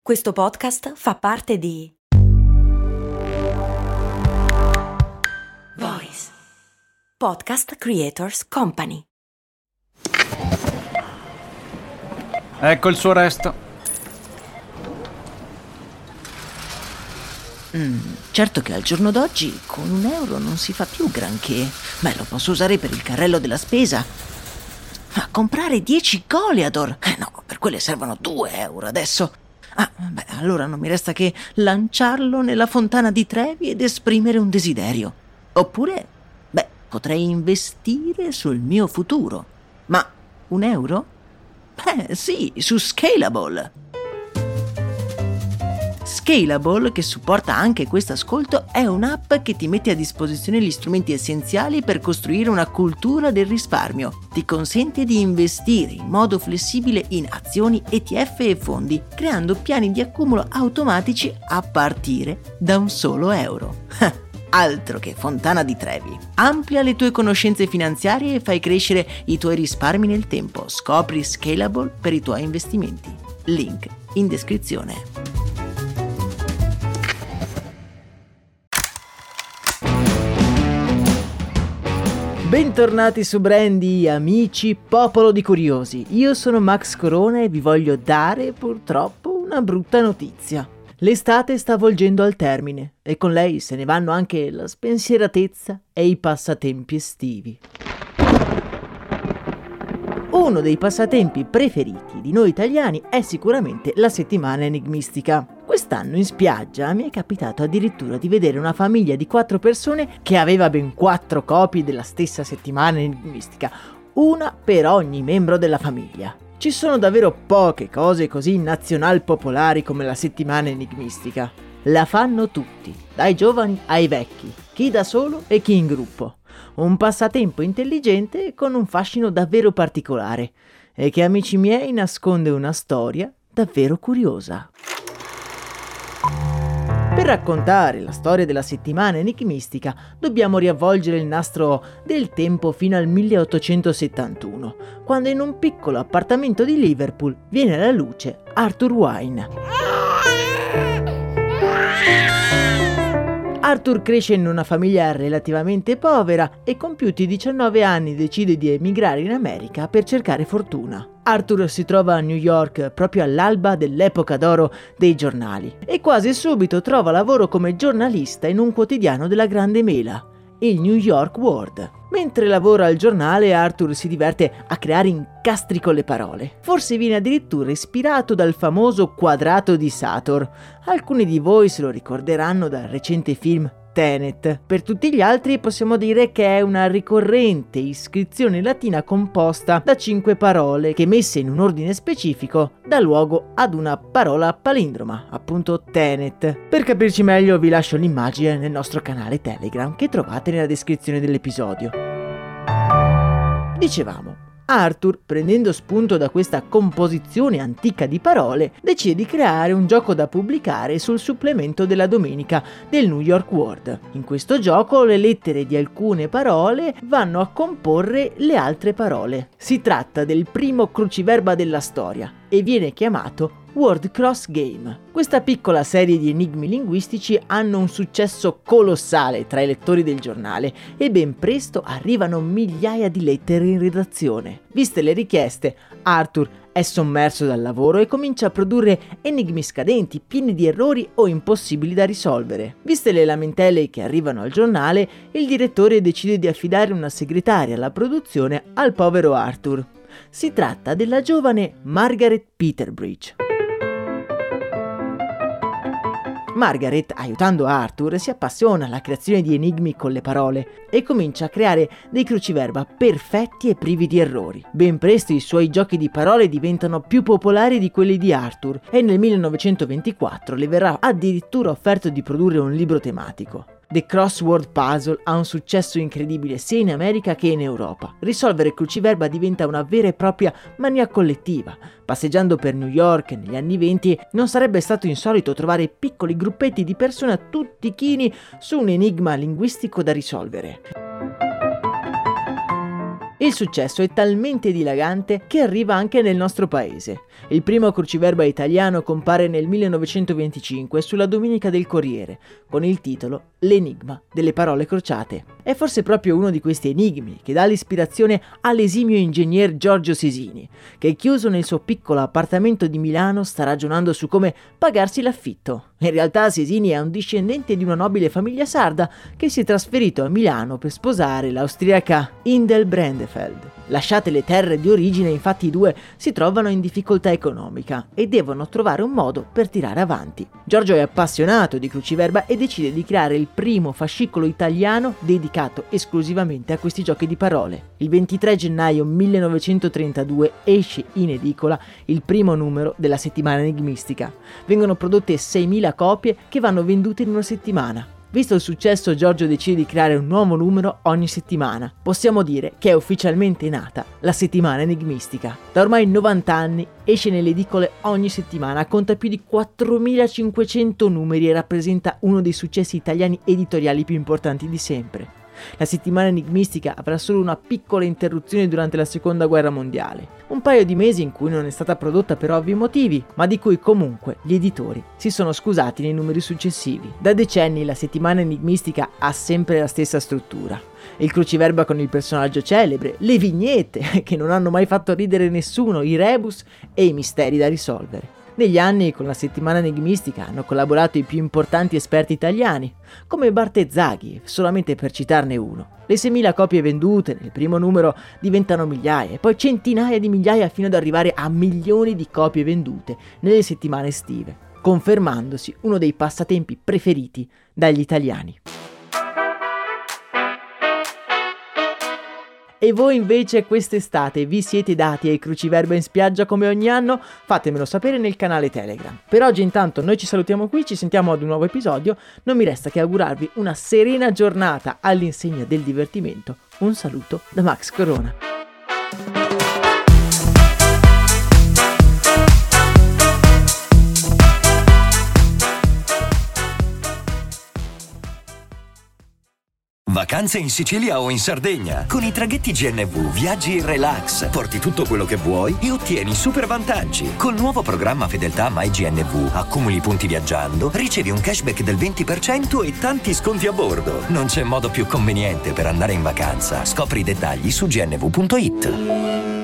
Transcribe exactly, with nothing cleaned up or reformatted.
Questo podcast fa parte di Voice Podcast Creators Company. Ecco il suo resto. Mm, certo che al giorno d'oggi con un euro non si fa più granché. Beh, lo posso usare per il carrello della spesa. Ma comprare dieci Goliador? Eh no, per quelle servono due euro adesso. Ah, beh, allora non mi resta che lanciarlo nella fontana di Trevi ed esprimere un desiderio. Oppure, beh, potrei investire sul mio futuro. Ma un euro? Beh, sì, su Scalable. Scalable, che supporta anche questo ascolto, è un'app che ti mette a disposizione gli strumenti essenziali per costruire una cultura del risparmio. Ti consente di investire in modo flessibile in azioni, E T F e fondi, creando piani di accumulo automatici a partire da un solo euro. Altro che fontana di Trevi. Amplia le tue conoscenze finanziarie e fai crescere i tuoi risparmi nel tempo. Scopri Scalable per i tuoi investimenti. Link in descrizione. Bentornati su Brandy, amici, popolo di curiosi. Io sono Max Corona e vi voglio dare purtroppo una brutta notizia. L'estate sta volgendo al termine e con lei se ne vanno anche la spensieratezza e i passatempi estivi. Uno dei passatempi preferiti di noi italiani è sicuramente la settimana enigmistica. Quest'anno in spiaggia mi è capitato addirittura di vedere una famiglia di quattro persone che aveva ben quattro copie della stessa settimana enigmistica, una per ogni membro della famiglia. Ci sono davvero poche cose così nazional-popolari come la settimana enigmistica. La fanno tutti, dai giovani ai vecchi, chi da solo e chi in gruppo. Un passatempo intelligente con un fascino davvero particolare e che, amici miei, nasconde una storia davvero curiosa. Per raccontare la storia della settimana enigmistica dobbiamo riavvolgere il nastro del tempo fino al milleottocentosettantuno, quando in un piccolo appartamento di Liverpool viene alla luce Arthur Wine. Arthur cresce in una famiglia relativamente povera e compiuti diciannove anni decide di emigrare in America per cercare fortuna. Arthur si trova a New York proprio all'alba dell'epoca d'oro dei giornali e quasi subito trova lavoro come giornalista in un quotidiano della Grande Mela, il New York World. Mentre lavora al giornale, Arthur si diverte a creare incastri con le parole. Forse viene addirittura ispirato dal famoso quadrato di Sator. Alcuni di voi se lo ricorderanno dal recente film Tenet. Per tutti gli altri possiamo dire che è una ricorrente iscrizione latina composta da cinque parole che, messe in un ordine specifico, dà luogo ad una parola palindroma, appunto Tenet. Per capirci meglio vi lascio l'immagine nel nostro canale Telegram che trovate nella descrizione dell'episodio. Dicevamo, Arthur, prendendo spunto da questa composizione antica di parole, decide di creare un gioco da pubblicare sul supplemento della domenica del New York World. In questo gioco le lettere di alcune parole vanno a comporre le altre parole. Si tratta del primo cruciverba della storia e viene chiamato Word Cross Game. Questa piccola serie di enigmi linguistici hanno un successo colossale tra i lettori del giornale e ben presto arrivano migliaia di lettere in redazione. Viste le richieste, Arthur è sommerso dal lavoro e comincia a produrre enigmi scadenti, pieni di errori o impossibili da risolvere. Viste le lamentele che arrivano al giornale, il direttore decide di affidare una segretaria alla produzione al povero Arthur. Si tratta della giovane Margaret Peterbridge. Margaret, aiutando Arthur, si appassiona alla creazione di enigmi con le parole e comincia a creare dei cruciverba perfetti e privi di errori. Ben presto i suoi giochi di parole diventano più popolari di quelli di Arthur e nel millenovecentoventiquattro le verrà addirittura offerto di produrre un libro tematico. The Crossword Puzzle ha un successo incredibile sia in America che in Europa. Risolvere cruciverba diventa una vera e propria mania collettiva. Passeggiando per New York negli anni venti non sarebbe stato insolito trovare piccoli gruppetti di persone tutti chini su un enigma linguistico da risolvere. Il successo è talmente dilagante che arriva anche nel nostro paese. Il primo cruciverba italiano compare nel millenovecentoventicinque sulla Domenica del Corriere, con il titolo L'enigma delle parole crociate. È forse proprio uno di questi enigmi che dà l'ispirazione all'esimio ingegner Giorgio Sisini, che chiuso nel suo piccolo appartamento di Milano sta ragionando su come pagarsi l'affitto. In realtà Sisini è un discendente di una nobile famiglia sarda che si è trasferito a Milano per sposare l'austriaca Indel Brendefeld. Lasciate le terre di origine, infatti i due si trovano in difficoltà economica e devono trovare un modo per tirare avanti. Giorgio è appassionato di cruciverba e decide di creare il primo fascicolo italiano dedicato esclusivamente a questi giochi di parole. Il ventitré gennaio millenovecentotrentadue esce in edicola il primo numero della settimana enigmistica. Vengono prodotte seimila copie che vanno vendute in una settimana. Visto il successo, Giorgio decide di creare un nuovo numero ogni settimana. Possiamo dire che è ufficialmente nata la settimana enigmistica. Da ormai novanta anni esce nelle edicole ogni settimana, conta più di quattromilacinquecento numeri e rappresenta uno dei successi italiani editoriali più importanti di sempre. La settimana enigmistica avrà solo una piccola interruzione durante la seconda guerra mondiale, un paio di mesi in cui non è stata prodotta per ovvi motivi, ma di cui comunque gli editori si sono scusati nei numeri successivi. Da decenni la settimana enigmistica ha sempre la stessa struttura: il cruciverba con il personaggio celebre, le vignette che non hanno mai fatto ridere nessuno, i rebus e i misteri da risolvere. Negli anni con la settimana enigmistica hanno collaborato i più importanti esperti italiani, come Bartezzaghi, solamente per citarne uno. Le seimila copie vendute nel primo numero diventano migliaia e poi centinaia di migliaia fino ad arrivare a milioni di copie vendute nelle settimane estive, confermandosi uno dei passatempi preferiti dagli italiani. E voi invece quest'estate vi siete dati ai cruciverba in spiaggia come ogni anno? Fatemelo sapere nel canale Telegram. Per oggi intanto noi ci salutiamo qui, ci sentiamo ad un nuovo episodio, non mi resta che augurarvi una serena giornata all'insegna del divertimento. Un saluto da Max Corona. Vacanze in Sicilia o in Sardegna. Con i traghetti G N V viaggi in relax, porti tutto quello che vuoi e ottieni super vantaggi. Col nuovo programma Fedeltà MyGNV accumuli punti viaggiando, ricevi un cashback del venti per cento e tanti sconti a bordo. Non c'è modo più conveniente per andare in vacanza. Scopri i dettagli su gnv punto it.